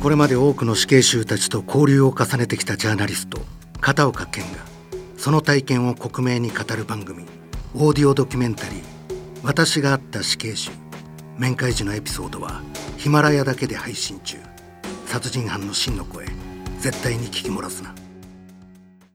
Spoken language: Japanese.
これまで多くの死刑囚たちと交流を重ねてきたジャーナリスト片岡健がその体験を克明に語る番組、オーディオドキュメンタリー私があった死刑囚。面会時のエピソードはヒマラヤだけで配信中。殺人犯の真の声、絶対に聞き漏らすな。